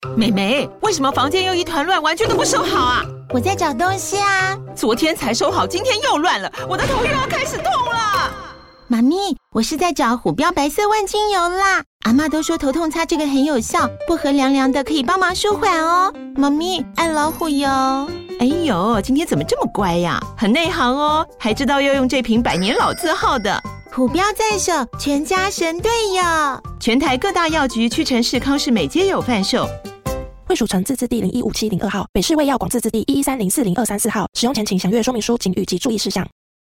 妹妹，为什么房间又一团乱，完全都不收好啊？ 我在找东西啊。 昨天才收好，今天又乱了，我的头又要开始痛了。 妈咪，我是在找虎标白色万金油啦。阿嬷都说头痛擦这个很有效，薄荷凉凉的可以帮忙舒缓哦。妈咪，爱老虎油。 哎呦，今天怎么这么乖呀？很内行哦，还知道要用这瓶百年老字号的。 虎标在手，全家神队友。 全台各大药局、屈臣氏、康士美皆有贩售。 卫署成字字第015702号，北市卫药广字字第113040234号。使用前请详阅说明书、警语及注意事项。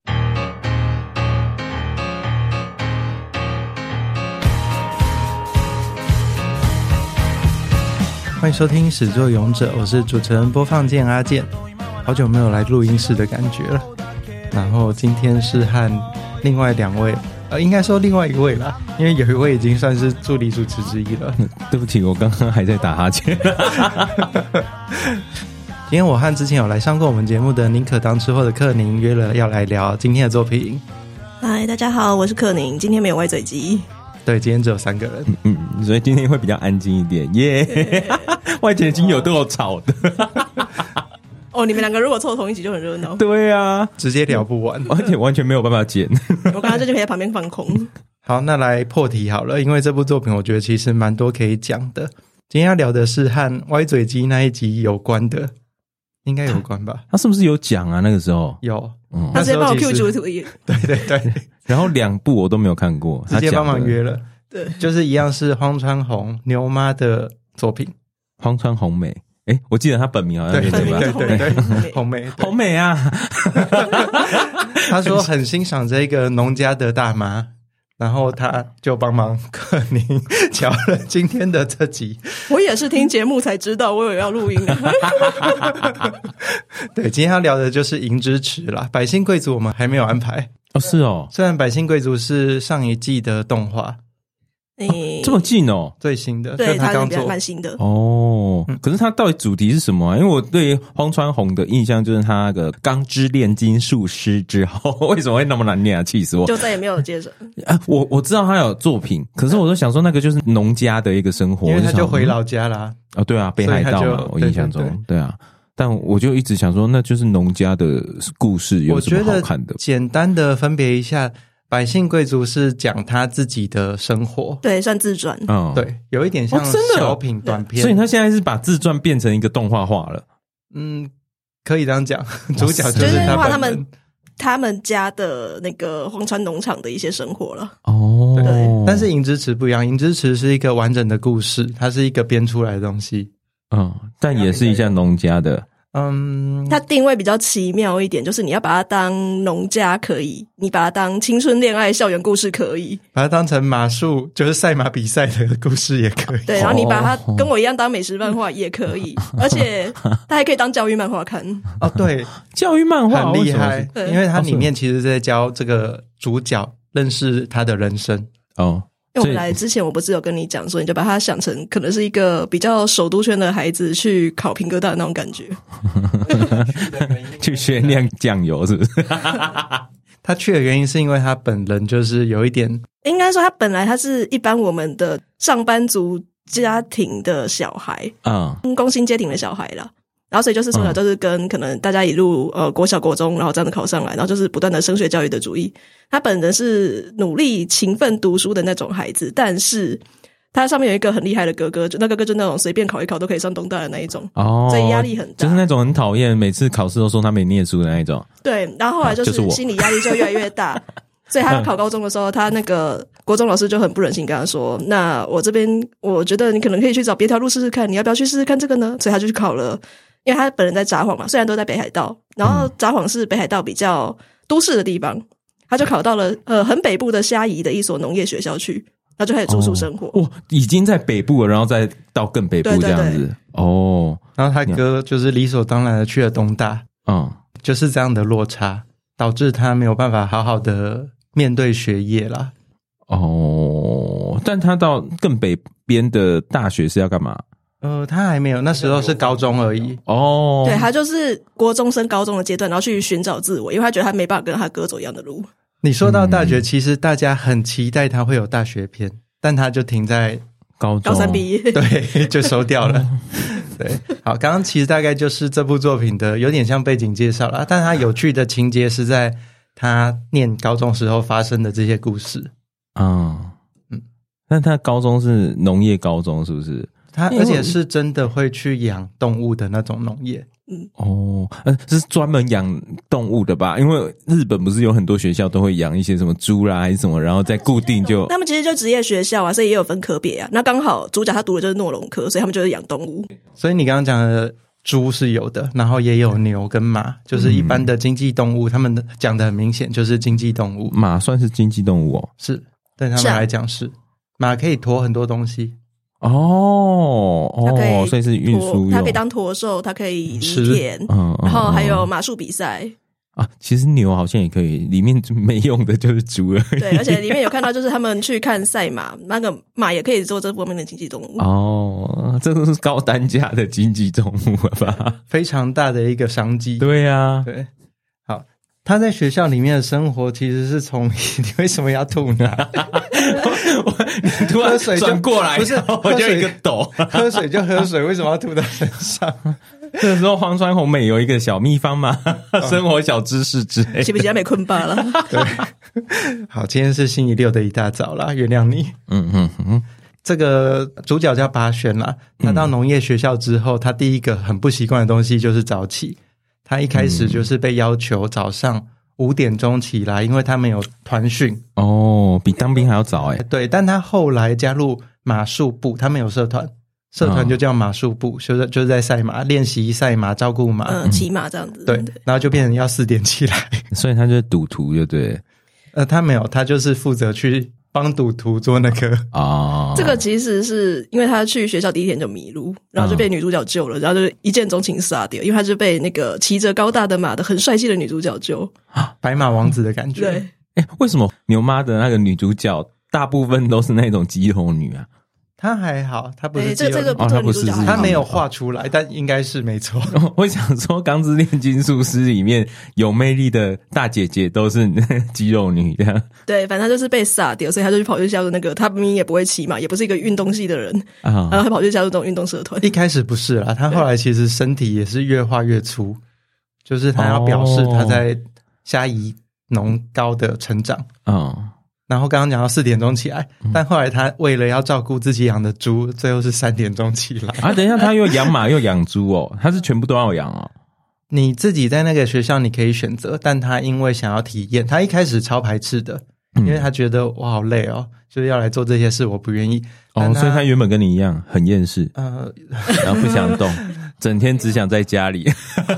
欢迎收听始作俑者，我是主持人播放键阿健。好久没有来录音室的感觉了。然后今天是和另外2位，应该说另外1位啦，因为有一位已经算是助理主持之一了。 对不起，我刚刚还在打哈欠。 今天我和之前有来上过我们节目的宁可当吃货的克宁约了要来聊今天的作品。 嗨，大家好，我是克宁，今天没有歪嘴鸡。 对，今天只有3个人。 所以今天会比较安静一点耶。外界的精油都有吵的。 哦，你们2个如果凑同一集就很热闹。 对啊， 直接聊不完， 而且完全没有办法剪。 我刚刚就可以在旁边放空。 好，那来破题好了，因为这部作品我觉得其实蛮多可以讲的。今天要聊的是和歪嘴鸡那一集有关的，应该有关吧？ 他是不是有讲啊？那个时候有， 他直接帮我 Q 主图页。 对对对， 然后2部我都没有看过， 直接帮忙约了。 对， 就是一样是荒川弘牛妈的作品， 荒川弘美。我记得他本名好像是对吧？ 对，弘美， 弘美啊。 他说很欣赏这个农家的大妈，然后他就帮忙克宁瞧了今天的这集。 我也是听节目才知道我有要录音啊。 对，今天要聊的就是银之匙啦。百姓贵族我们还没有安排哦，是哦。 虽然百姓贵族是上一季的动画。 这么近哦， 最新的， 对， 他刚做蛮新的哦。可是他到底主题是什么啊？因为我对荒川弘的印象就是他那个钢之炼金术师之后，为什么会那么难念啊？气死我！ 就再也没有接着。 我知道他有作品，可是我都想说那个就是农家的一个生活， 因为他就回老家啦。 哦，对啊，北海道嘛，我印象中，对啊。但我就一直想说，那就是农家的故事，有什么好看的？ 简单的分别一下。百姓贵族是讲他自己的生活， 对，算自传。 对，有一点像小品短片。 所以他现在是把自传变成一个动画化了。 可以这样讲。主角就是他们家的那个荒川农场的一些生活了。 哦， 对。但是银之匙不一样，银之匙是一个完整的故事，它是一个编出来的东西。 但也是一下农家的。 它定位比较奇妙一点，就是你要把它当农家可以，你把它当青春恋爱校园故事可以， 把它当成马术就是赛马比赛的故事也可以。 对，然后你把它跟我一样当美食漫画也可以，而且它还可以当教育漫画看。 哦，对， 教育漫画很厉害，因为它里面其实在教这个主角认识他的人生。 因为我们来之前我不是有跟你讲说，你就把它想成可能是一个比较首都圈的孩子去考评哥大的那种感觉。 去学酿酱油是不是？ 他去的原因是因为他本人就是有一点， 应该说他本来他是一般我们的上班族家庭的小孩，工薪阶庭的小孩啦。然后所以就是从小就是跟可能大家一路国小国中然后这样子考上来，然后就是不断的升学教育的主义。他本人是努力勤奋读书的那种孩子，但是他上面有一个很厉害的哥哥，就那哥哥就那种随便考一考都可以上东大的那一种。所以压力很大， 就是那种很讨厌每次考试都说他没念书的那一种。 对，然后后来就是心理压力就越来越大。所以他要考高中的时候，他那个国中老师就很不忍心跟他说，那我这边我觉得你可能可以去找别条路试试看，你要不要去试试看这个呢？所以他就去考了，因为他本人在札幌嘛，虽然都在北海道，然后札幌是北海道比较都市的地方，他就考到了很北部的虾夷的一所农业学校去，然后就开始住宿生活。 已经在北部了，然后再到更北部这样子。 然后他哥就是理所当然的去了东大。就是这样的落差导致他没有办法好好的面对学业啦。 但他到更北边的大学是要干嘛？ 他还没有，那时候是高中而已。 对，他就是国中升高中的阶段，然后去寻找自我，因为他觉得他没办法跟他哥走一样的路。 你说到大学，其实大家很期待他会有大学篇，但他就停在高 3毕业， 对，就收掉了。对，好，刚刚其实大概就是这部作品的有点像背景介绍啦，但它有趣的情节是在他念高中时候发生的这些故事。 但他高中是农业高中是不是？ 他而且是真的会去养动物的那种农业。 是专门养动物的吧？因为日本不是有很多学校都会养一些什么猪啦还是什么，然后再固定就他们其实就职业学校啊，所以也有分科别啊。那刚好主角他读的就是诺龙科，所以他们就是养动物。 所以你刚刚讲的猪是有的，然后也有牛跟马，就是一般的经济动物，他们讲的很明显就是经济动物。 马算是经济动物哦？ 是，对他们来讲是。马可以驮很多东西。 所以是运输用， 它可以当驼兽，它可以犁田，然后还有马术比赛啊。其实牛好像也可以，里面没用的就是猪了。 对，而且里面有看到就是他们去看赛马，那个马也可以做这方面的经济动物。 这都是高单价的经济动物了吧？ 非常大的一个商机。 对啊， 对。好，他在学校里面的生活其实是从你为什么要吐呢？ 你突然转过来， 不是我就一个抖， 喝水就喝水，为什么要吐到身上？ 这个时候荒川弘美有一个小秘方嘛，生活小知识之类。 是不是要被困罢了？ 对，好，今天是星期六的一大早啦，原谅你。这个主角叫八轩啦，他到农业学校之后，他第一个很不习惯的东西就是早起。他一开始就是被要求早上5点钟起来，因为他们有团训。 比当兵还要早对，但他后来加入马术部，他们有社团就叫马术部，就是在赛马，练习赛马，照顾马， 骑马这样子。 对，然后就变成要4点起来， 所以他就是赌徒，就对。 他没有，他就是负责去帮赌徒做那个这个其实是因为他去学校第一天就迷路，然后就被女主角救了，然后就一见钟情杀掉，因为他就被那个骑着高大的马的很帅气的女主角救， 白马王子的感觉。 对。 为什么牛妈的那个女主角大部分都是那种肌肉女啊？ 她还好，她不是肌肉女， 她不是， 她没有画出来，但应该是没错。 我想说，《钢之炼金术师》里面有魅力的大姐姐都是肌肉女这样。 对，反正他就是被杀掉，所以他就去跑去加入那个，他明明也不会骑马，也不是一个运动系的人然后他跑去加入这种运动社团。 一开始不是啦，他后来其实身体也是越画越粗，就是他要表示他在虾夷农高的成长。然后刚刚讲到4点钟起来，但后来他为了要照顾自己养的猪，最后是3点钟起来。 等一下，他又养马又养猪他是全部都要养你自己在那个学校你可以选择，但他因为想要体验，他一开始超排斥的，因为他觉得我好累就是要来做这些事，我不愿意。 所以他原本跟你一样很厌世，然后不想动，整天只想在家里。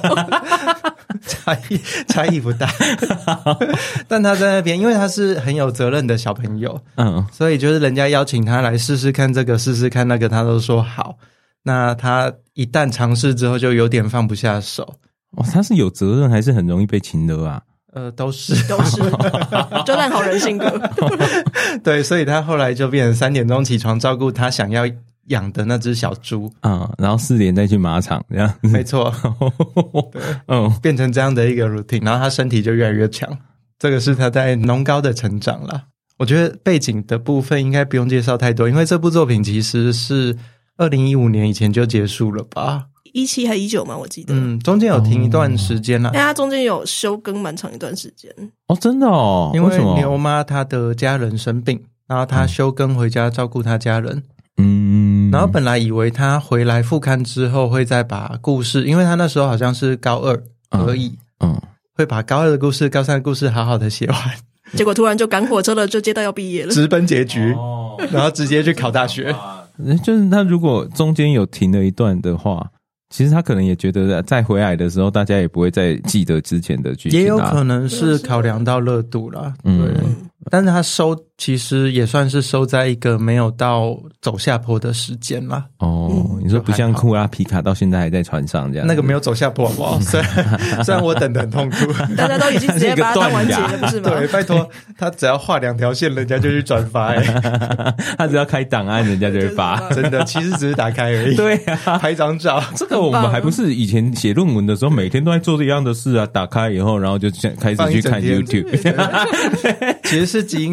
差异不大。但他在那边，因为他是很有责任的小朋友，所以就是人家邀请他来试试看这个试试看那个，他都说好。那他一旦尝试之后就有点放不下手。 他是有责任还是很容易被情勒啊？ 都是就烂好人性格。 对，所以他后来就变成3点钟起床照顾他想要养的那只小猪然后4点再去马场这样。 没错。对，变成这样的一个 routine， 然后他身体就越来越强。这个是他在农高的成长啦。我觉得背景的部分应该不用介绍太多，因为这部作品其实是2015年以前就结束了吧 ，17还19嘛，我记得。 中间有停一段时间啦。 他中间有休更蛮长一段时间。 真的因为牛妈她的家人生病，然后她休更回家照顾她家人。然后本来以为他回来复刊之后会再把故事，因为他那时候好像是高2而已，会把高2的故事、高3的故事好好的写完。 结果突然就赶火车了，就接到要毕业了， 直奔结局，然后直接去考大学。 就是他如果中间有停了一段的话，其实他可能也觉得再回来的时候，大家也不会再记得之前的剧情， 也有可能是考量到热度啦。对。但是他收其实也算是收在一个没有到走下坡的时间啦。 你说不像库拉皮卡到现在还在船上这样， 那个没有走下坡好不好？虽然我等得很痛苦， 大家都已经直接把它当完结了，不是吗？ 对，拜托，他只要画2条线，人家就去转发他只要开档案，人家就会发。 真的，其实只是打开而已。 对拍张照。 这个我们还不是以前写论文的时候，每天都在做这样的事啊。打开以后，然后就开始去看 YouTube。 其实是集英社，拜托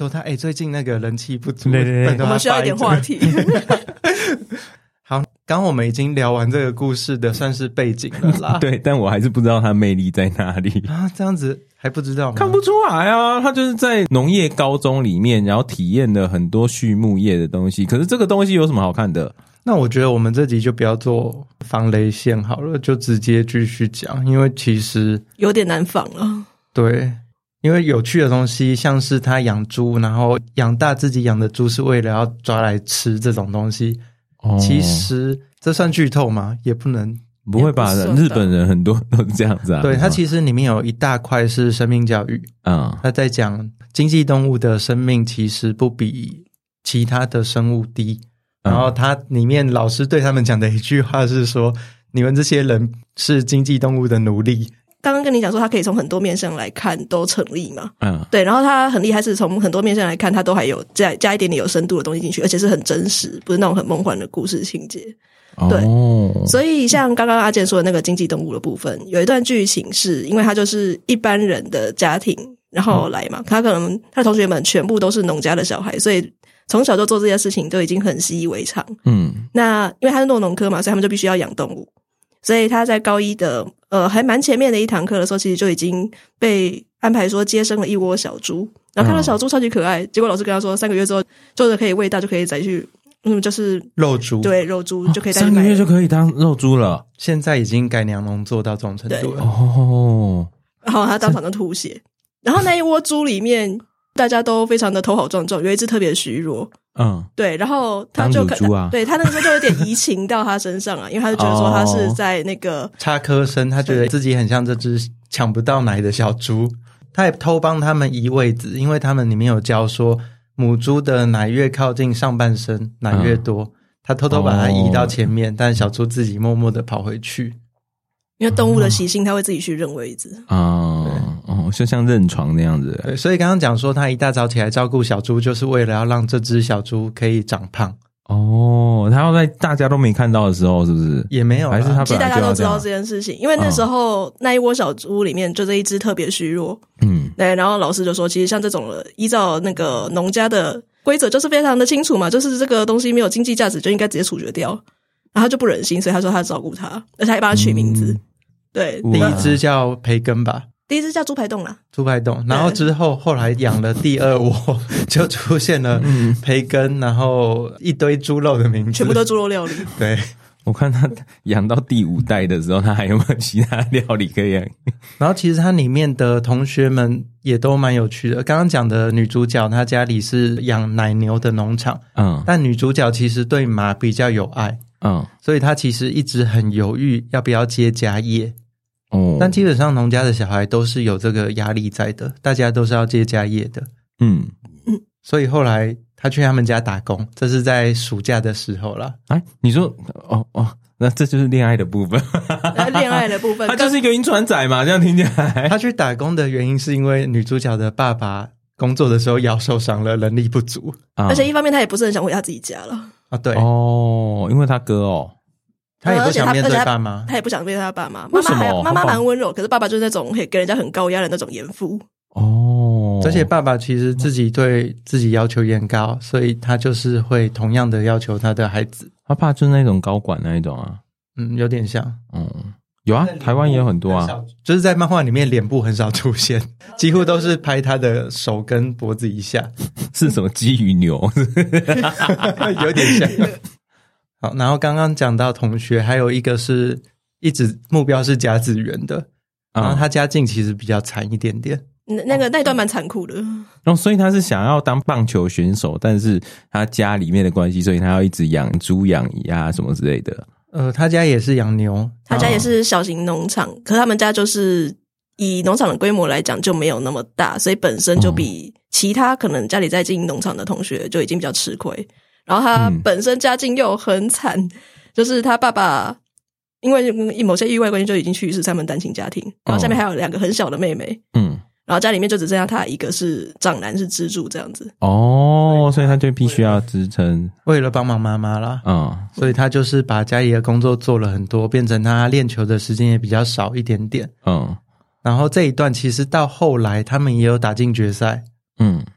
他最近那个人气不足， 对， 我们需要一点话题。 好，刚我们已经聊完这个故事的算是背景了啦。 对，但我还是不知道它魅力在哪里啊？这样子还不知道吗？ 看不出来啊，他就是在农业高中里面，然后体验了很多畜牧业的东西。可是这个东西有什么好看的？ 那我觉得我们这集就不要做防雷线好了，就直接继续讲，因为其实有点难防了。 对，因为有趣的东西，像是他养猪，然后养大自己养的猪是为了要抓来吃这种东西。其实这算剧透吗？也不能， 不会吧？日本人很多都是这样子啊。 对，它其实里面有一大块是生命教育，他在讲经济动物的生命其实不比其他的生物低。然后它里面老师对他们讲的一句话是说，你们这些人是经济动物的奴隶。 刚刚跟你讲说他可以从很多面向来看都成立嘛，对，然后他很厉害是从很多面向来看他都还有加一点点有深度的东西进去，而且是很真实，不是那种很梦幻的故事情节。对，所以像刚刚阿健说的那个经济动物的部分，有一段剧情是因为他就是一般人的家庭然后来嘛，他可能他的同学们全部都是农家的小孩，所以从小就做这些事情都已经很习以为常。那因为他是做农科嘛，所以他们就必须要养动物，所以他在高一的还蛮前面的一堂课的时候，其实就已经被安排说接生了一窝小猪，然后看到小猪超级可爱，结果老师跟他说3个月之后做的可以喂大就可以再去就是肉猪， 对，肉猪就可以带去 3个月就可以当肉猪了， 现在已经改良农做到这种程度了。 然后他当场就吐血，然后那一窝猪里面大家都非常的头好壮壮，有一只特别虚弱。对，然后他就当乳猪啊， 对，他那个时候就有点移情到他身上啊，因为他就觉得说他是在那个插科生，他觉得自己很像这只抢不到奶的小猪，他也偷帮他们移位置，因为他们里面有教说母猪的奶越靠近上半身奶越多，他偷偷把它移到前面，但小猪自己默默的跑回去， 因为动物的习性他会自己去认位置就像认床那样子。 对，所以刚刚讲说他一大早起来照顾小猪，就是为了要让这只小猪可以长胖。 他要在大家都没看到的时候，是不是？ 也没有， 还是他其实大家都知道这件事情，因为那时候那一窝小猪里面就这一只特别虚弱。对，然后老师就说，其实像这种依照那个农家的规则就是非常的清楚嘛，就是这个东西没有经济价值就应该直接处决掉，然后他就不忍心，所以他说他照顾他，而且还帮他取名字。对， 第一只叫培根吧。 第一只叫猪排洞啦， 猪排洞，然后之后后来养了第2窝，就出现了培根，然后一堆猪肉的名字， 全部都猪肉料理。 对， 我看他养到第5代的时候，他还有没有其他料理可以养？ 然后其实他里面的同学们也都蛮有趣的。刚刚讲的女主角，她家里是养奶牛的农场，但女主角其实对马比较有爱，所以她其实一直很犹豫要不要接家业。但基本上农家的小孩都是有这个压力在的，大家都是要接家业的。所以后来他去他们家打工，这是在暑假的时候啦。 你说那这就是恋爱的部分。 恋爱的部分， 他就是一个晕船仔嘛，这样听起来。 他去打工的原因是因为女主角的爸爸工作的时候腰受伤了，人力不足， 而且一方面他也不是很想回他自己家了。 对因为他哥他也不想面对爸妈， 他也不想面对他爸妈。 为什么？ 妈妈蛮温柔，可是爸爸就是那种可以给人家很高压的那种严父。 而且爸爸其实自己对自己要求也很高，所以他就是会同样的要求他的孩子。 他爸就是那种高管那一种啊。 有点像。 有啊，台湾也有很多啊， 就是在漫画里面脸部很少出现，几乎都是拍他的手跟脖子以下。 是什么鸡与牛？ 有点像。好，然后刚刚讲到同学，还有一个是一直目标是甲子园的，然后他家境其实比较惨一点点。 那段蛮残酷的。 所以他是想要当棒球选手，但是他家里面的关系，所以他要一直养猪养鸭什么之类的。 他家也是养牛， 他家也是小型农场，可是他们家就是以农场的规模来讲就没有那么大，所以本身就比其他可能家里在经营农场的同学就已经比较吃亏。然后他本身家境又很惨，就是他爸爸因为某些意外关系就已经去世，他们单亲家庭，然后下面还有2个很小的妹妹，然后家里面就只剩下他一个是长男是支柱这样子。 所以他就必须要支撑， 为了帮忙妈妈啦。所以他就是把家里的工作做了很多，变成他练球的时间也比较少一点点。然后这一段其实到后来他们也有打进决赛。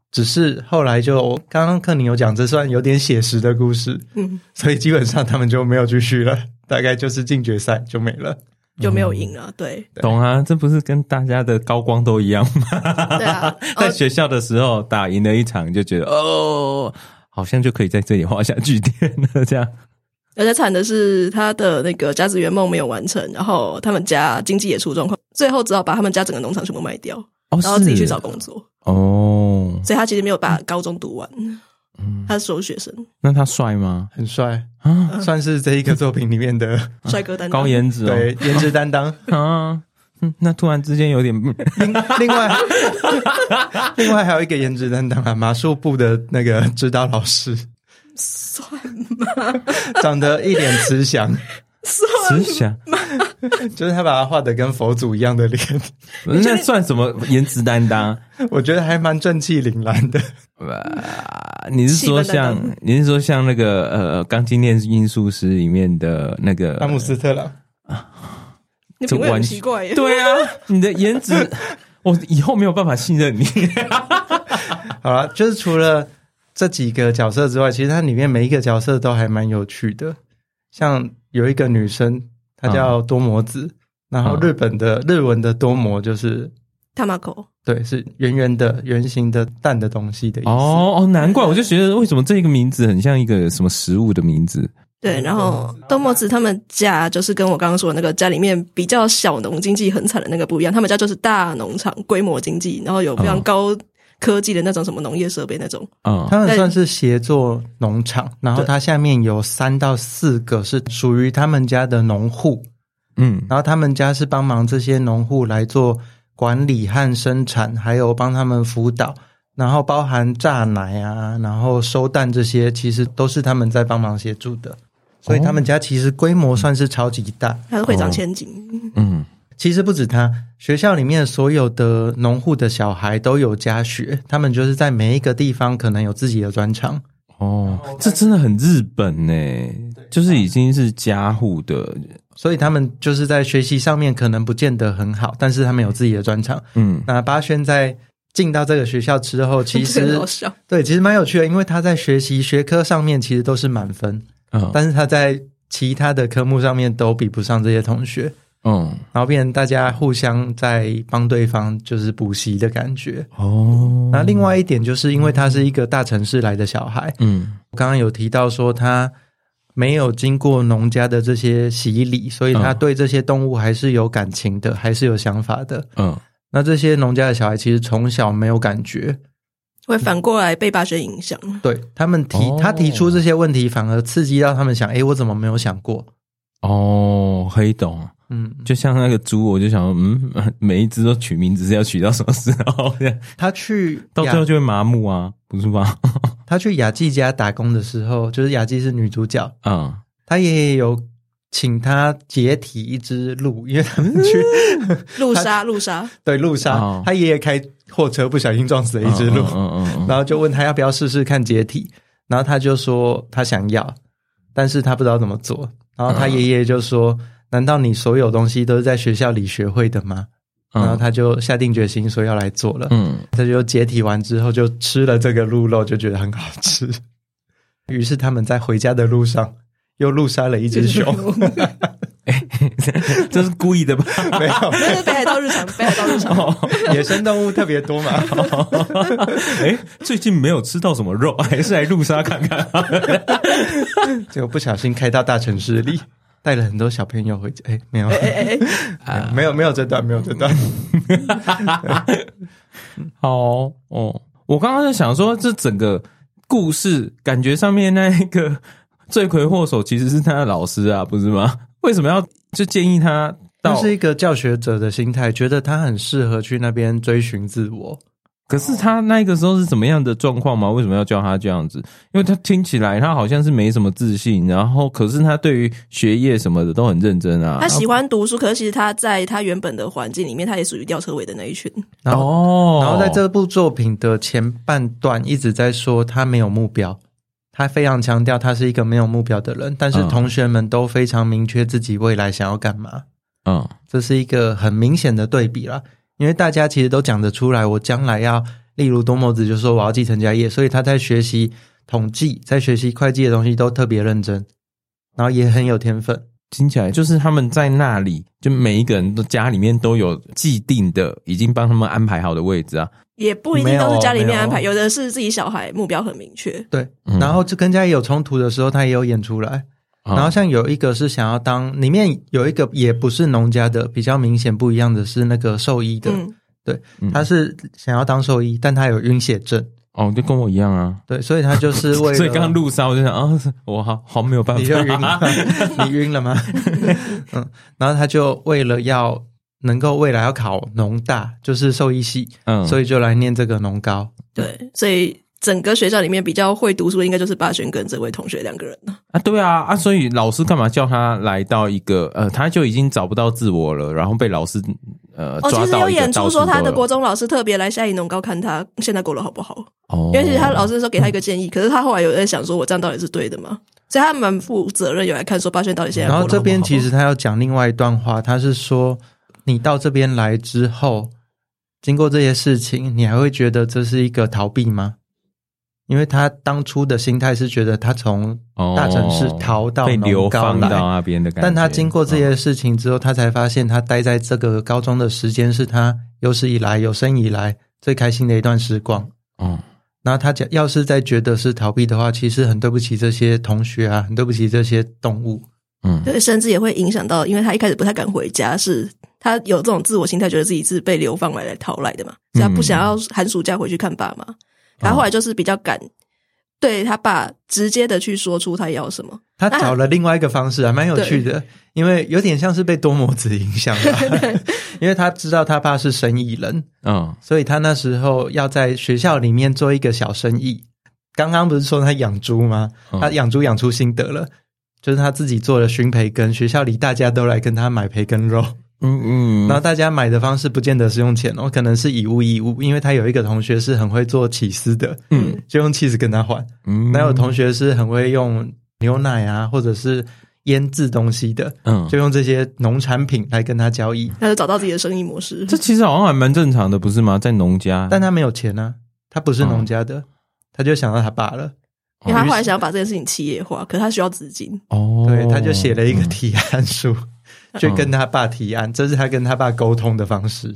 只是后来就刚刚克宁有讲，这算有点写实的故事，所以基本上他们就没有继续了，大概就是进决赛就没了， 就没有赢了。对， 懂啊，这不是跟大家的高光都一样吗？ 对啊， 在学校的时候打赢了一场，就觉得好像就可以在这里画下句点了，这样。 而且惨的是，他的那个甲子园梦没有完成，然后他们家经济也出状况，最后只好把他们家整个农场全部卖掉，然后自己去找工作。所以他其实没有把高中读完。他是收学生。 那他帅吗？ 很帅啊，算是这一个作品里面的帅哥担当， 高颜值对，颜值担当啊。那突然之间有点另外还有一个颜值担当啊，马术部的那个指导老师， 算吗？ 长得一脸慈祥， 慈祥， 就是他把他画的跟佛祖一样的脸， 那算什么颜值担当？ 我觉得还蛮正气凛然的。 你是说像那个钢琴炼金术师里面的那个阿姆斯特朗？ 你品味很奇怪耶。 对啊，你的颜值，我以后没有办法信任你。 好了，就是除了这几个角色之外，其实它里面每一个角色都还蛮有趣的。像有一个女生，她叫多摩子，然后日文的多摩就是 Tamako， 对，是圆圆的、圆形的蛋的东西的意思。 哦，难怪我就觉得为什么这个名字很像一个什么食物的名字。 对，然后多摩子他们家就是跟我刚刚说的那个家里面比较小农经济很惨的那个不一样，他们家就是大农场规模经济，然后有非常高科技的那种什么农业设备那种。 他们算是协作农场，然后它下面有3到4个是属于他们家的农户。然后他们家是帮忙这些农户来做管理和生产，还有帮他们辅导，然后包含榨奶啊，然后收蛋这些，其实都是他们在帮忙协助的。所以他们家其实规模算是超级大。 他是会长千金。 其实不止他，学校里面所有的农户的小孩都有家学，他们就是在每一个地方可能有自己的专长。 这真的很日本耶，就是已经是家户的， 所以他们就是在学习上面可能不见得很好，但是他们有自己的专长。那巴轩在进到这个学校之后，其实对，其实蛮有趣的，因为他在学习学科上面其实都是满分，但是他在其他的科目上面都比不上这些同学。然后变成大家互相在帮对方就是补习的感觉。那另外一点就是因为他是一个大城市来的小孩，我刚刚有提到说他没有经过农家的这些洗礼，所以他对这些动物还是有感情的，还是有想法的。那这些农家的小孩其实从小没有感觉， 会反过来被巴轩影响。 对，他提出这些问题，反而刺激到他们想，我怎么没有想过？ 可以懂。就像那个猪，我就想说，每一只都取名字是要取到什么时候？ 他去到最后就会麻木啊，不是吗？ 他去雅纪家打工的时候，就是雅纪是女主角，他也有请他解体一只鹿，因为他们去路杀， 对，路杀，他爷爷开货车不小心撞死了一只鹿，然后就问他要不要试试看解体，然后他就说他想要，但是他不知道怎么做，然后他爷爷就说。难道你所有东西都是在学校里学会的吗？然后他就下定决心说要来做了。他就解体完之后就吃了这个鹿肉，就觉得很好吃。于是他们在回家的路上又路杀了一只熊。 这是故意的吧？ 没有，那是北海道日常。 野生动物特别多嘛。 最近没有吃到什么肉，还是来路杀看看。 结果不小心开到大城市里。带了很多小朋友回家，没有，没有这段。 好我刚刚在想说，这整个故事感觉上面那一个罪魁祸首其实是他的老师啊，不是吗？为什么要就建议他到？ 他是一个教学者的心态，觉得他很适合去那边追寻自我。 可是他那个时候是怎么样的状况吗？为什么要教他这样子？因为他听起来他好像是没什么自信，然后可是他对于学业什么的都很认真啊。 他喜欢读书，可是其实他在他原本的环境里面，他也属于吊车尾的那一群。 然后在这部作品的前半段一直在说他没有目标，他非常强调他是一个没有目标的人，但是同学们都非常明确自己未来想要干嘛。这是一个很明显的对比啦。因为大家其实都讲得出来，我将来要例如多摩子就说我要继承家业，所以他在学习统计，在学习会计的东西都特别认真，然后也很有天分。 听起来就是他们在那里，就每一个人的家里面都有既定的已经帮他们安排好的位置啊。 也不一定都是家里面安排，有的是自己小孩目标很明确。 对，然后就跟家里有冲突的时候他也有演出来。然后像有一个是想要当，里面有一个也不是农家的，比较明显不一样的是那个兽医的。对，他是想要当兽医，但他有晕血症。 哦，就跟我一样啊。 对，所以他就是为了所以刚刚路上我就想我好没有办法。 你就晕了你晕了吗？然后他就为了要能够未来要考农大，就是兽医系，所以就来念这个农高。 对，所以整个学校里面比较会读书的应该就是霸轩跟这位同学两个人了啊。对啊，所以老师干嘛叫他来到一个他就已经找不到自我了，然后被老师抓到一个其实有演出说他的国中老师特别来下营农高看他现在过得好不好。因为其实他老师那时候给他一个建议，可是他后来有在想说我这样到底是对的吗？所以他蛮负责任有来看说霸轩到底现在过得好不好。 然后这边其实他要讲另外一段话，他是说你到这边来之后，经过这些事情，你还会觉得这是一个逃避吗？因为他当初的心态是觉得他从大城市逃到农高来， 到那边的感觉。 但他经过这些事情之后，他才发现他待在这个高中的时间是他有史以来有生以来最开心的一段时光。然后他要是再觉得是逃避的话，其实很对不起这些同学啊，很对不起这些动物。 对，甚至也会影响到，因为他一开始不太敢回家，是他有这种自我心态，觉得自己是被流放来逃来的嘛，所以他不想要寒暑假回去看爸妈。他后来就是比较敢对他爸直接的去说出他要什么。 他找了另外一个方式啊，蛮有趣的，因为有点像是被多摩子影响吧。因为他知道他爸是生意人，所以他那时候要在学校里面做一个小生意。刚刚不是说他养猪吗？他养猪养出心得了，就是他自己做了熏培根，学校里大家都来跟他买培根肉。然后大家买的方式不见得是用钱哦，可能是以物易物，因为他有一个同学是很会做起司的，就用起司跟他换。那有同学是很会用牛奶啊，或者是腌制东西的，就用这些农产品来跟他交易， 他就找到自己的生意模式。 这其实好像还蛮正常的，不是吗？在农家， 但他没有钱啊，他不是农家的，他就想到他爸了。 因为他后来想要把这件事情企业化，可是他需要资金。 对，他就写了一个提案书，就跟他爸提案，这是他跟他爸沟通的方式。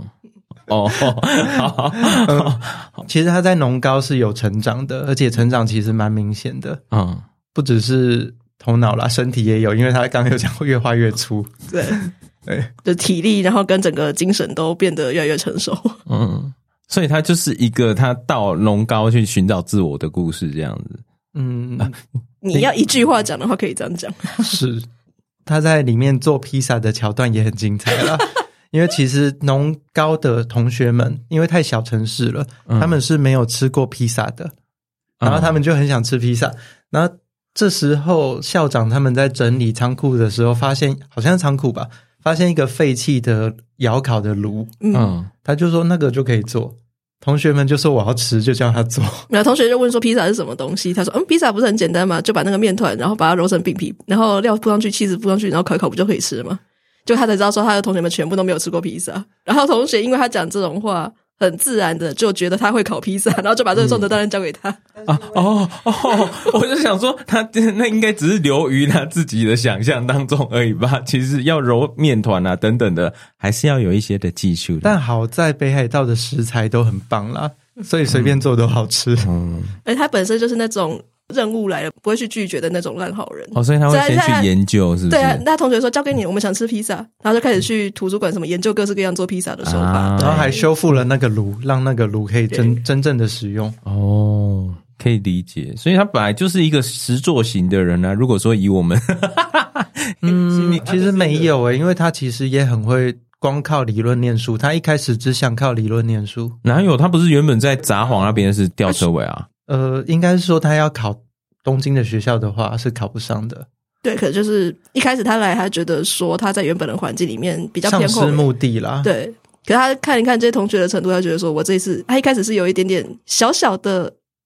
其实他在农高是有成长的，而且成长其实蛮明显的。不只是头脑啦，身体也有，因为他刚刚有讲过越画越粗。 对，就体力，然后跟整个精神都变得越来越成熟。 所以他就是一个他到农高去寻找自我的故事这样子。 你要一句话讲的话可以这样讲。 是他在里面做披萨的桥段也很精彩啦。因为其实农高的同学们因为太小城市了，他们是没有吃过披萨的，然后他们就很想吃披萨。然后这时候校长他们在整理仓库的时候发现，好像是仓库吧，发现一个废弃的窑烤的炉，他就说那个就可以做。同学们就说我要吃，就叫他做。 然后同学就问说披萨是什么东西，他说披萨不是很简单嘛，就把那个面团然后把它揉成饼皮，然后料铺上去，起司铺上去，然后烤一烤不就可以吃了吗？就他才知道说他的同学们全部都没有吃过披萨。然后同学因为他讲这种话很自然的就觉得他会烤披萨，然后就把这个重责大任交给他。 我就想说他那应该只是流于他自己的想象当中而已吧，其实要揉面团啊等等的还是要有一些的技术的。 但好在北海道的食材都很棒啦，所以随便做都好吃。 而他本身就是那种任务来了不会去拒绝的那种烂好人。 所以他会先去研究是不是？ 对啊，那同学说交给你，我们想吃披萨，然后就开始去图书馆什么研究各式各样做披萨的手法， 然后还修复了那个炉，让那个炉可以真正的使用。 可以理解。所以他本来就是一个实作型的人啊，如果说以我们其实没有因为他其实也很会光靠理论念书，他一开始只想靠理论念书。 哪有，他不是原本在札幌那边是吊车尾啊？ 应该是说他要考东京的学校的话是考不上的。 对，可就是一开始他来，他觉得说他在原本的环境里面比较偏后， 丧失目的啦。 对，可是他看一看这些同学的程度，他觉得说我这一次，他一开始是有一点点小小的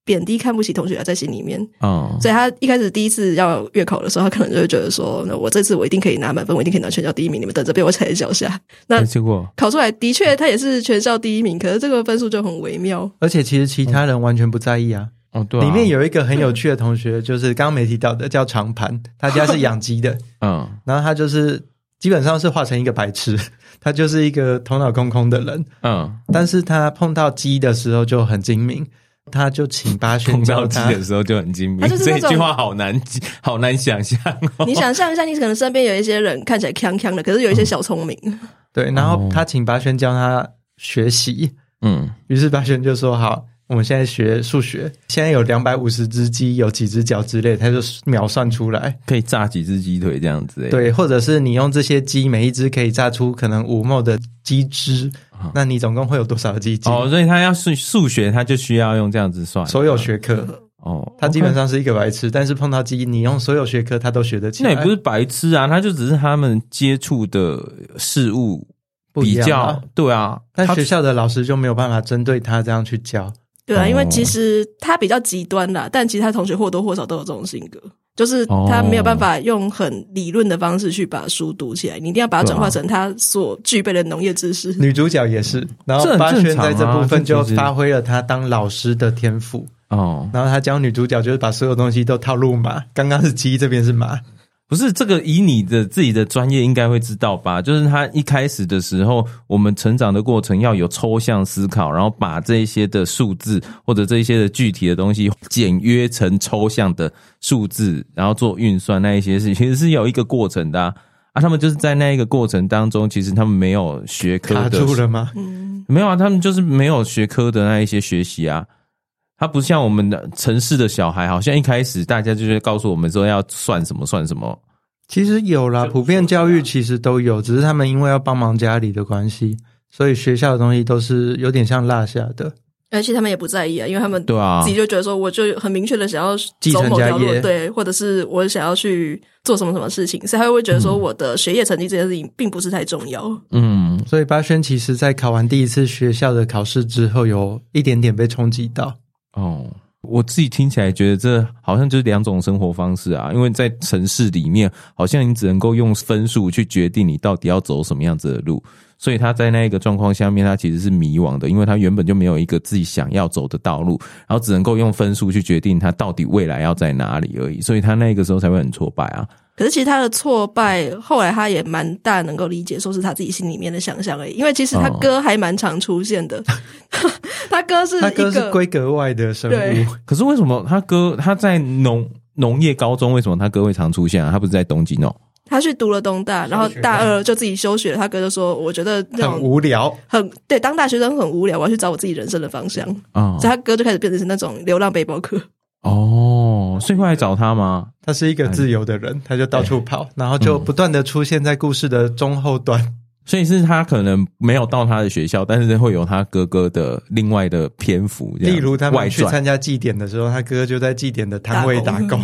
贬低看不起同学在心里面。所以他一开始第一次要月考的时候，他可能就会觉得说，那我这次我一定可以拿满分，我一定可以拿全校第一名，你们等着被我踩在脚下。那结果考出来的确他也是全校第一名，可是这个分数就很微妙。 而且其实其他人完全不在意啊。 对啊， 里面有一个很有趣的同学，就是刚刚没提到的，叫长盘，他家是养鸡的，然后他就是基本上是化成一个白痴，他就是一个头脑空空的人，但是他碰到鸡的时候就很精明，他就请巴轩教他。 碰到鸡的时候就很精明，这句话好难想象你想象一下，你可能身边有一些人看起来锵锵的，可是有一些小聪明。 对，然后他请巴轩教他学习，于是巴轩就说好，我们现在学数学，现在有250只鸡，有几只脚之类，他就秒算出来， 可以炸几只鸡腿这样子。 对，或者是你用这些鸡，每一只可以炸出可能5ml的鸡汁，那你总共会有多少鸡精？ 所以他要数学，他就需要用这样子算所有学科。他基本上是一个白痴，但是碰到鸡，你用所有学科他都学得起来。 那也不是白痴啊，他就只是他们接触的事物比较对啊， 但学校的老师就没有办法针对他这样去教。 对啊，因为其实他比较极端啦，但其实他同学或多或少都有这种性格，就是他没有办法用很理论的方式去把书读起来，你一定要把它转化成他所具备的农业知识。 女主角也是，然后巴轩在这部分就发挥了他当老师的天赋。然后他教女主角就是把所有东西都套路马，刚刚是鸡，这边是马。 不是这个，以你的自己的专业应该会知道吧？就是他一开始的时候，我们成长的过程要有抽象思考，然后把这一些的数字或者这一些的具体的东西简约成抽象的数字，然后做运算，那一些事其实是有一个过程的啊。他们就是在那一个过程当中，其实他们没有学科的。 卡住了吗？ 没有啊，他们就是没有学科的那一些学习啊。他不像我们的城市的小孩，好像一开始大家就是告诉我们说要算什么算什么。 其实有啦，普遍教育其实都有，只是他们因为要帮忙家里的关系，所以学校的东西都是有点像落下的。 而且他们也不在意啊，因为他们对啊， 自己就觉得说，我就很明确的想要继承家业， 对，或者是我想要去做什么什么事情，所以他会觉得说，我的学业成绩这件事情并不是太重要。 所以巴轩其实在考完第一次学校的考试之后，有一点点被冲击到。 我自己听起来觉得这好像就是两种生活方式啊，因为在城市里面好像你只能够用分数去决定你到底要走什么样子的路，所以他在那一个状况下面他其实是迷惘的，因为他原本就没有一个自己想要走的道路，然后只能够用分数去决定他到底未来要在哪里而已，所以他那个时候才会很挫败啊。 可是其实他的挫败后来他也蛮大能够理解说是他自己心里面的想象而已，因为其实他哥还蛮常出现的。他哥是规格外的生物。 可是为什么他在农业高中，为什么他哥会常出现啊？他不是在东京哦？ 他去读了东大，然后大二就自己休学了。他哥就说：“我觉得那种很无聊， 对，当大学生很无聊，我要去找我自己人生的方向。”所以他哥就开始变成是那种流浪背包客。 所以会来找他吗？ 他是一个自由的人，他就到处跑，然后就不断的出现在故事的中后段。 所以是他可能没有到他的学校，但是会有他哥哥的另外的篇幅， 例如他们去参加祭典的时候，他哥哥就在祭典的摊位打工。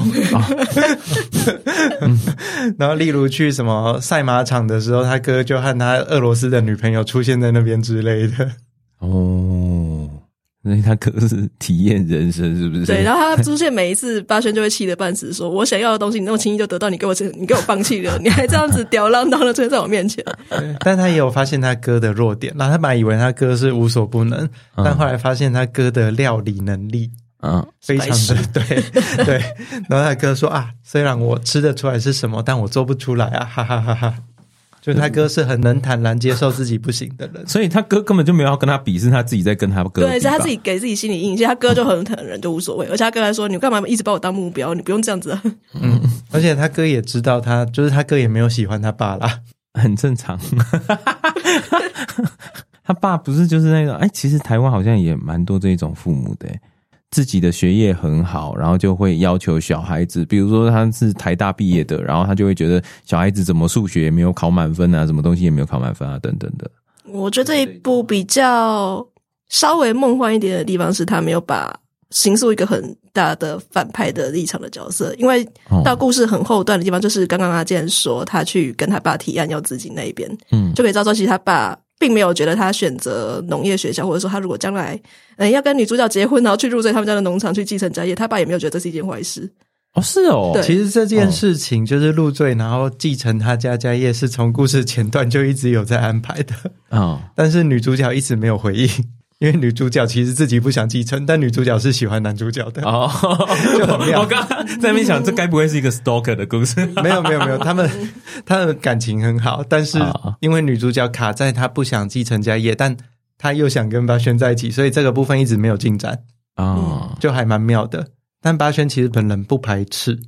然后例如去什么赛马场的时候，他哥就和他俄罗斯的女朋友出现在那边之类的。 所以他哥是体验人生，是不是？ 对，然后他出现每一次，巴轩就会气得半死，说：“我想要的东西，你那么轻易就得到，你给我放弃了，你还这样子吊郎当的出现在我面前。” 但他也有发现他哥的弱点，然后他本来以为他哥是无所不能，但后来发现他哥的料理能力，非常的对。然后他哥说：“虽然我吃得出来是什么，但我做不出来啊，哈哈哈哈。”就他哥是很能坦然接受自己不行的人， 所以他哥根本就没有要跟他比，是他自己在跟他哥比。 对，是他自己给自己心理阴影。他哥就很坦然，就无所谓。而且他哥还说：“你干嘛一直把我当目标？你不用这样子啊。” 而且他哥也知道他哥也没有喜欢他爸啦， 很正常。他爸不是就是那种其实台湾好像也蛮多这种父母的自己的学业很好，然后就会要求小孩子，比如说他是台大毕业的，然后他就会觉得小孩子怎么数学也没有考满分啊，什么东西也没有考满分啊，等等的。 我觉得这一部比较稍微梦幻一点的地方是他没有把形塑一个很大的反派的立场的角色，因为到故事很后段的地方，就是刚刚阿健说他去跟他爸提案要自己那一边，就可以知道说其实他爸并没有觉得他选择农业学校，或者说他如果将来要跟女主角结婚，然后去入赘他们家的农场去继承家业，他爸也没有觉得这是一件坏事。 哦，是哦， 对， 其实这件事情就是入赘然后继承他家家业是从故事前段就一直有在安排的但是女主角一直没有回应，因为女主角其实自己不想继承，但女主角是喜欢男主角的就很妙。 我刚刚在那边想这该不会是一个 stalker 的故事没有，他们感情很好，但是因为女主角卡在她不想继承家业，但她又想跟巴轩在一起，所以这个部分一直没有进展就还蛮妙的。但巴轩其实本人不排斥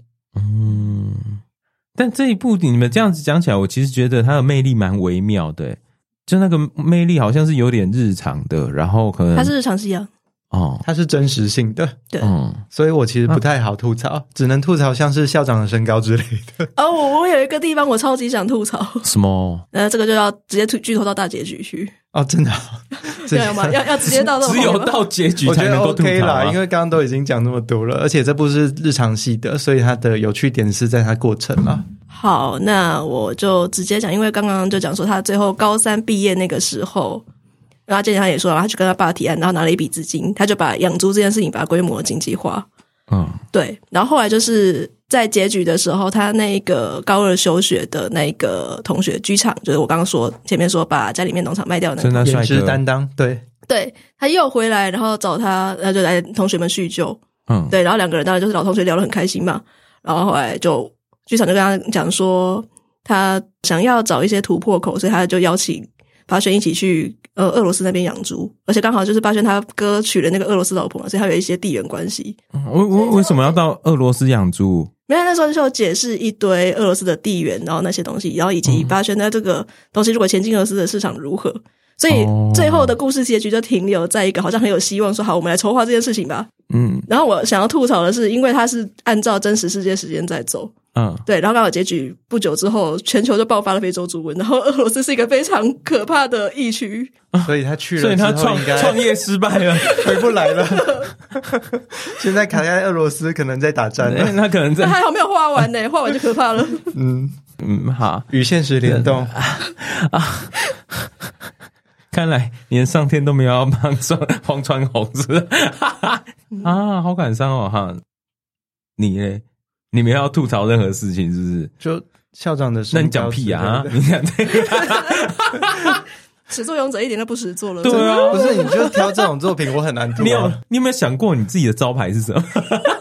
但这一部你们这样子讲起来，我其实觉得它的魅力蛮微妙的，就那个魅力好像是有点日常的，然后可能它是日常戏啊它是真实性的， 对所以我其实不太好吐槽只能吐槽像是校长的身高之类的我有一个地方我超级想吐槽。 什么这个就要直接剧透到大结局去真的对吗？要直接到只有到结局才能够吐槽我觉得 OK 啦，因为刚刚都已经讲那么多了，而且这部是日常系的，所以它的有趣点是在它过程啦好，那我就直接讲，因为刚刚就讲说他最后高3毕业那个时候，然后之前他也说了，他去跟他爸提案，然后拿了一笔资金，他就把养猪这件事情把它规模经济化对，然后后来就是在结局的时候，他那个高2休学的那个同学居场，就是我刚刚说前面说把家里面农场卖掉的那个颜值担当，对， 他又回来，然后找他，就来同学们叙旧对，然后两个人当然就是老同学聊得很开心嘛，然后后来就居场就跟他讲说他想要找一些突破口，所以他就邀请巴轩一起去俄罗斯那边养猪，而且刚好就是巴轩他哥娶了那个俄罗斯老婆嘛，所以他有一些地缘关系。 为什么要到俄罗斯养猪？ 没有，那时候就解释一堆俄罗斯的地缘，然后那些东西，然后以及巴轩在这个东西如果前进俄罗斯的市场如何，所以最后的故事结局就停留在一个好像很有希望说好我们来筹划这件事情吧。然后我想要吐槽的是，因为它是按照真实世界时间在走对，然后刚好结局不久之后全球就爆发了非洲猪瘟，然后俄罗斯是一个非常可怕的疫区所以他去了所以他之后应该创业失败了回不来了现在卡在俄罗斯可能在打战了他可能在还好没有画完呢，画完就可怕了好， 与现实联动看来连上天都没有要帮黄川红是好感伤哦哈。你呢？你们要吐槽任何事情是不是？ 就校长的那你讲屁啊你讲这个始作俑者一点都不始作了。 对啊， 不是你就挑这种作品我很难吐你有没有想过你自己的招牌是什么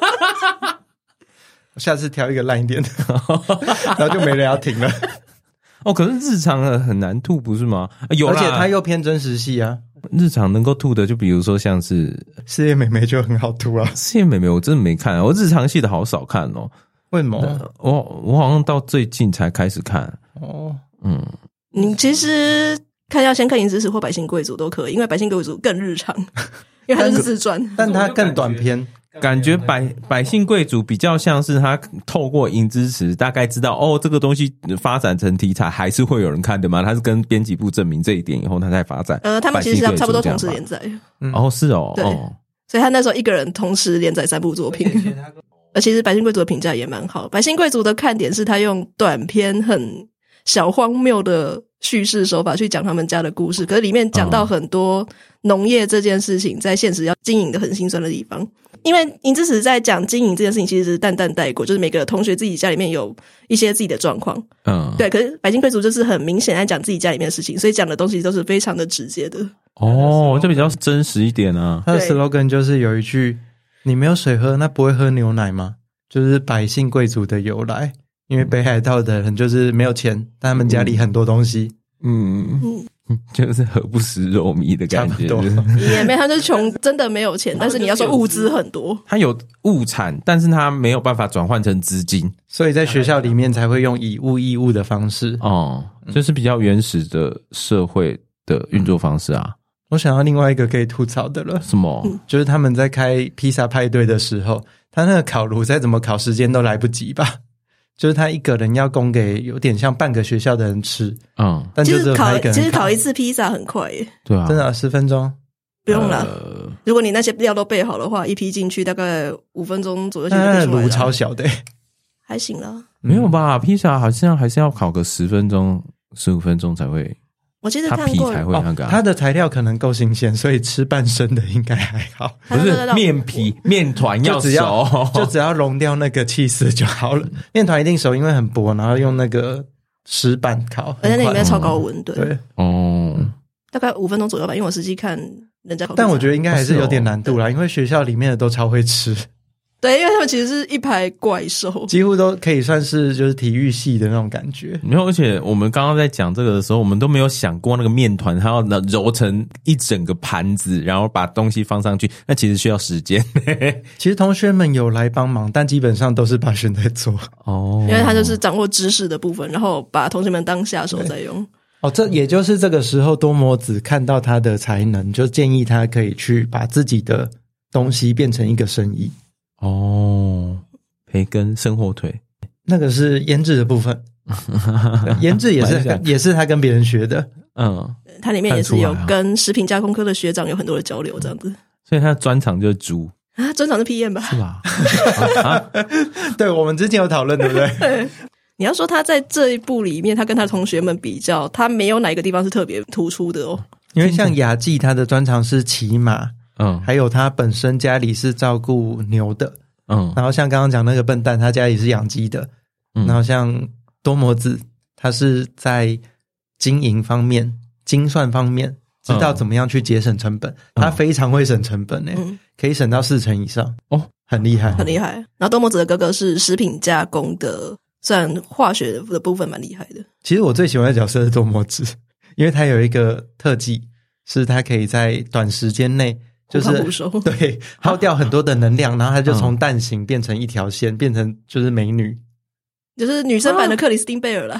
我下次挑一个烂一点的然后就没人要听了可是日常的很难吐不是吗？有啦， 而且它又偏真实系啊。 日常能够吐的就比如说像是事业妹妹就很好吐啊。 事业妹妹我真的没看我日常系的好少看哦。 为什么？ 我好像到最近才开始看你其实要先看银之匙或百姓贵族都可以，因为百姓贵族更日常因为它是自传但它更短篇， 感觉百姓贵族比较像是他透过银之匙大概知道这个东西发展成题材还是会有人看的嘛，他是跟编辑部证明这一点以后他才发展他们其实差不多同时连载是哦对所以他那时候一个人同时连载3部作品而其实百姓贵族的评价也蛮好。百姓贵族的看点是他用短篇很小荒谬的叙事手法去讲他们家的故事，可是里面讲到很多农业这件事情在现实要经营的很心酸的地方。因为银之匙在讲经营这件事情其实是淡淡带过，就是每个同学自己家里面有一些自己的状况对，可是百姓贵族就是很明显在讲自己家里面的事情，所以讲的东西都是非常的直接的就比较真实一点啊。 他的 slogan 就是有一句你没有水喝那不会喝牛奶吗，就是百姓贵族的由来。因为北海道的人就是没有钱但他们家里很多东西就是何不食肉糜的感觉也没有，他就是穷真的没有钱但是你要说物资很多， 他有物产但是他没有办法转换成资金， 所以在学校里面才会用以物易物的方式就是比较原始的社会的运作方式啊。 我想到另外一个可以吐槽的了。 什么？ 就是他们在开披萨派对的时候，他那个烤炉再怎么烤时间都来不及吧，就是他一个人要供给有点像半个学校的人吃但就只有他一个人其实烤一次披萨很快耶。 对啊， 真的10分钟不用啦如果你那些料都备好的话，一批进去大概5分钟左右就可以出来了。 炉超小的还行啦。 没有吧，披萨好像还是要烤个10分钟15分钟才会我其实看过它皮才会那个它的材料可能够新鲜，所以吃半生的应该还好。 不是面皮面团要熟， 就只要溶掉那个起司就好了。面团一定熟，因为很薄，然后用那个石板烤， 而且那里面超高温，对大概5分钟左右吧，因为我实际看人家烤。 但我觉得应该还是有点难度啦，因为学校里面的都超会吃。 对，因为他们其实是一排怪兽， 几乎都可以算是就是体育系的那种感觉。 没有，而且我们刚刚在讲这个的时候，我们都没有想过那个面团它要揉成一整个盘子，然后把东西放上去，那其实需要时间。 其实同学们有来帮忙，但基本上都是巴轩在做因为他就是掌握知识的部分，然后把同学们当下手在用。 这也就是这个时候多摩子看到他的才能，就建议他可以去把自己的东西变成一个生意。 培根生火腿， 那个是腌制的部分，腌制也是他跟别人学的。 它里面也是有跟食品加工科的学长有很多的交流，这样子。 所以他的专长就是猪啊，专长是 PM 吧？ 是吧？ 对，我们之前有讨论，对不对？ 对。你要说他在这一部里面，他跟他同学们比较，他没有哪一个地方是特别突出的哦。 因为像雅纪，他的专长是骑马。还有他本身家里是照顾牛的，然后像刚刚讲那个笨蛋，他家里是养鸡的，然后像多摩子，他是在经营方面、精算方面，知道怎么样去节省成本，他非常会省成本可以省到40%以上很厉害， 很厉害。然后多摩子的哥哥是食品加工的，虽然化学的部分蛮厉害的。 其实我最喜欢的角色是多摩子，因为他有一个特技，是他可以在短时间内。就是对耗掉很多的能量，然后他就从蛋形变成一条线，变成就是美女， 就是女生版的克里斯汀贝尔啦。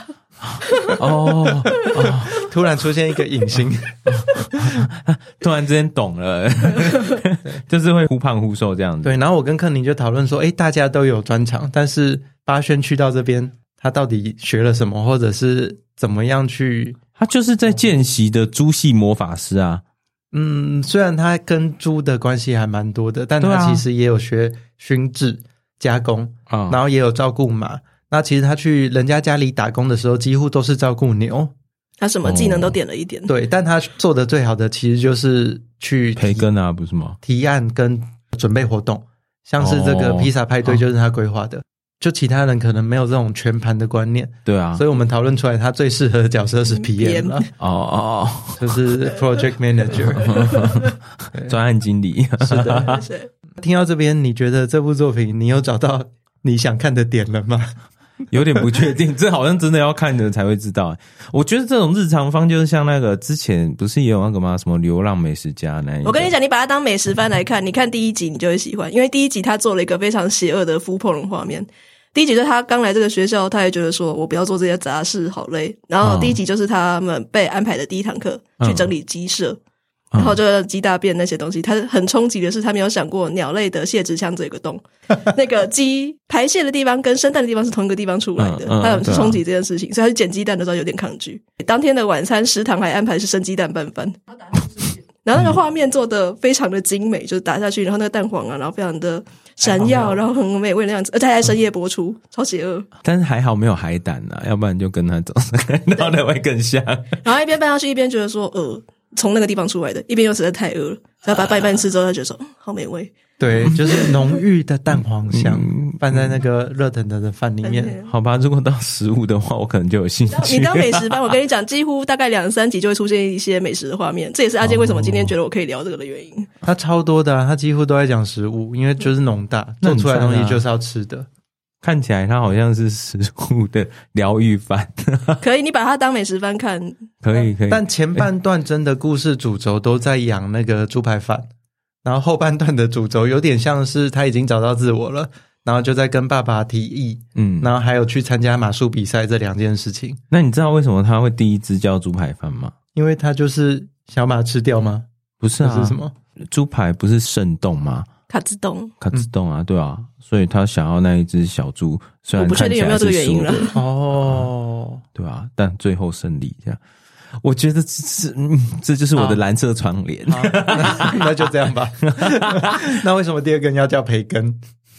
突然出现一个影星， 突然之间懂了，就是会忽胖忽瘦这样子。 对，然后我跟克宁就讨论说，大家都有专长，但是巴轩去到这边，他到底学了什么，或者是怎么样去？ 他就是在见习的猪系魔法师啊。 虽然他跟猪的关系还蛮多的，但他其实也有学熏制加工，然后也有照顾马。那其实他去人家家里打工的时候，几乎都是照顾牛。 他什么技能都点了一点。 对，但他做的最好的其实就是去培根啊，不是吗？ 提案跟准备活动，像是这个披萨派对就是他规划的。就其他人可能没有这种全盘的观念， 对啊， 所以我们讨论出来他最适合的角色是 PM 了。就是 Project Manager 专案经理。 是的。听到这边，你觉得这部作品你有找到你想看的点了吗？ 有点不确定，这好像真的要看的才会知道。我觉得这种日常番就是像那个之前不是也有那个吗？什么流浪美食家那一个。 我跟你讲，你把它当美食番来看，你看第1集你就会喜欢，因为第1集他做了一个非常邪恶的孵破龙画面。第1集就是他刚来这个学校，他也觉得说我不要做这些杂事，好累。然后第1集就是他们被安排的第一堂课，去整理鸡舍。然后就鸡大便那些东西，他很冲击的是他没有想过鸟类的泄殖腔这个洞，那个鸡排泄的地方跟生蛋的地方是同一个地方出来的，他很冲击这件事情，所以他去捡鸡蛋的时候有点抗拒。当天的晚餐食堂还安排是生鸡蛋拌饭，然后那个画面做得非常的精美，就是打下去，然后那个蛋黄啊，然后非常的闪耀，然后很美味的样子，而且还深夜播出，超邪恶。但是还好没有海胆啊，要不然就跟他走到的会更像。 然后一边拌下去一边觉得说从那个地方出来的，一边又实在太饿了，然后把它拌一拌吃之后，他觉得说好美味。 对，就是浓郁的蛋黄香拌在那个热腾腾的饭里面。 好吧，如果到食物的话，我可能就有兴趣。 你当美食番，我跟你讲，几乎大概2-3集就会出现一些美食的画面，这也是阿健为什么今天觉得我可以聊这个的原因。 他超多的他几乎都在讲食物，因为就是农大做出来的东西就是要吃的。 看起来它好像是食物的疗愈番。 可以，你把它当美食番看。 可以。 但前半段真的故事主轴都在养那个猪排饭，然后后半段的主轴有点像是他已经找到自我了，然后就在跟爸爸提议，然后还有去参加马术比赛这2件事情。 那你知道为什么他会第一支叫猪排饭吗？ 因为他就是小马吃掉吗？ 不是啊， 是什么？ 猪排不是肾冻吗？ 卡兹冻啊，对啊，所以他想要那一只小猪，虽然我不确定有没有这个原因了。 对啊，但最后胜利这样。我觉得这就是我的蓝色窗帘。 那就这样吧。那为什么第2根要叫培根？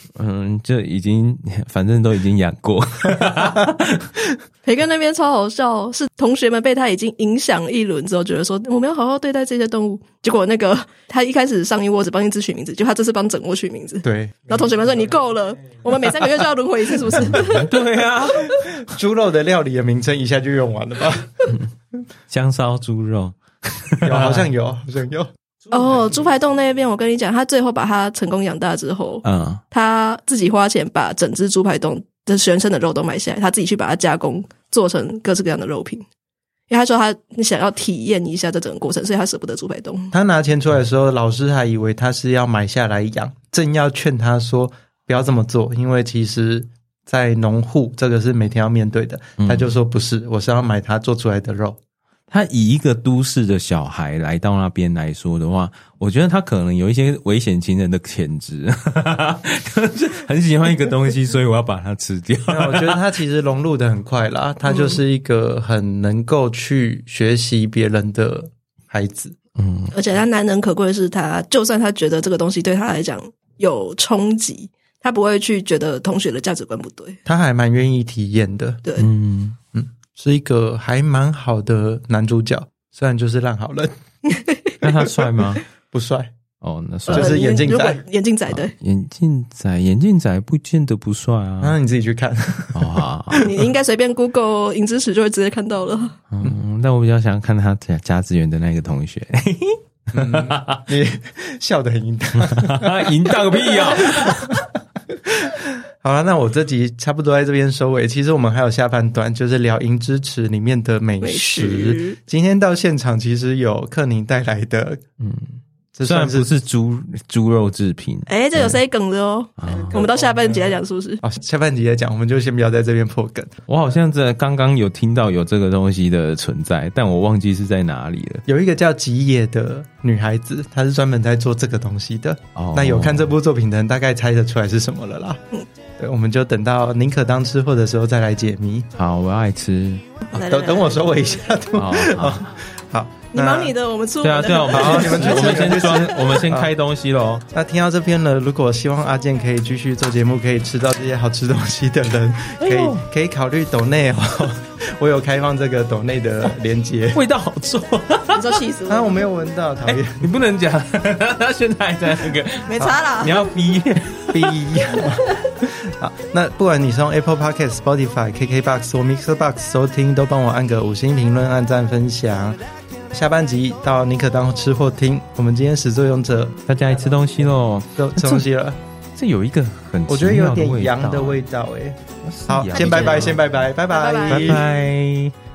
就已经反正都已经养过。 培根那边超好笑，是同学们被他已经影响一轮之后，觉得说我们要好好对待这些动物。结果那个他一开始上一窝只帮一只取名字，就他这次帮整窝取名字。 对， 然后同学们说你够了，我们每3个月就要轮回一次，是不是？ 对啊， 猪肉的料理的名称一下就用完了吧？ 香烧猪肉， 好像有。 哦，猪排冻那边我跟你讲，他最后把它成功养大之后，他自己花钱把整只猪排冻的全身的肉都买下来，他自己去把它加工做成各式各样的肉品。因为他说他想要体验一下这整个过程，所以他舍不得猪排冻。 他拿钱出来的时候，老师还以为他是要买下来养，正要劝他说不要这么做，因为其实在农户这个是每天要面对的。他就说不是，我是要买他做出来的肉。 他以一个都市的小孩来到那边来说的话，我觉得他可能有一些危险情人的潜质，很喜欢一个东西，所以我要把它吃掉。 我觉得他其实融入的很快啦，他就是一个很能够去学习别人的孩子。 而且他难能可贵的是他就算他觉得这个东西对他来讲有冲击，他不会去觉得同学的价值观不对， 他还蛮愿意体验的。 对， 是一个还蛮好的男主角，虽然就是烂好人。 那他帅吗？ 不帅哦，那帅就是眼镜仔。 眼镜仔对， 眼镜仔不见得不帅啊。 那你自己去看。 你应该随便 Google 银之匙就会直接看到了。 但我比较想看他甲子园的那个同学。 你笑得很淫荡。 淫荡个屁啊！ 好了，那我这集差不多在这边收尾。其实我们还有下半段，就是聊银之匙里面的美食。今天到现场其实有克宁带来的， 这虽然不是猪肉制品， 这有谁梗的哦？我们到下半集来讲是不是？ 下半集来讲，我们就先不要在这边破梗。 我好像在刚刚有听到有这个东西的存在，但我忘记是在哪里了。 有一个叫吉野的女孩子，她是专门在做这个东西的。那有看这部作品的人大概猜得出来是什么了啦。对，我们就等到宁可当吃货的时候再来解谜。 好，我要来吃。 等我收尾一下。好， 你忙你的，我们出。 对啊，好，你们去，我们先开东西咯。 那听到这边了，如果希望阿健可以继续做节目，可以吃到这些好吃东西的人，可以考虑抖内哦。我有开放这个抖内的连结。 味道好重， 你说气死我！ 我没有闻到，讨厌。 你不能讲，他现在还在那个没差啦。 你要逼。 好，那不管你是用 Apple Podcast、Spotify、KKBox 或 Mixerbox 收听，都帮我按个5星评论、按赞、分享。下半集到宁可当吃货听，我们今天始作俑者大家来吃东西咯， 吃东西了。 这有一个很我觉得有点羊的味道好，先拜拜，拜拜。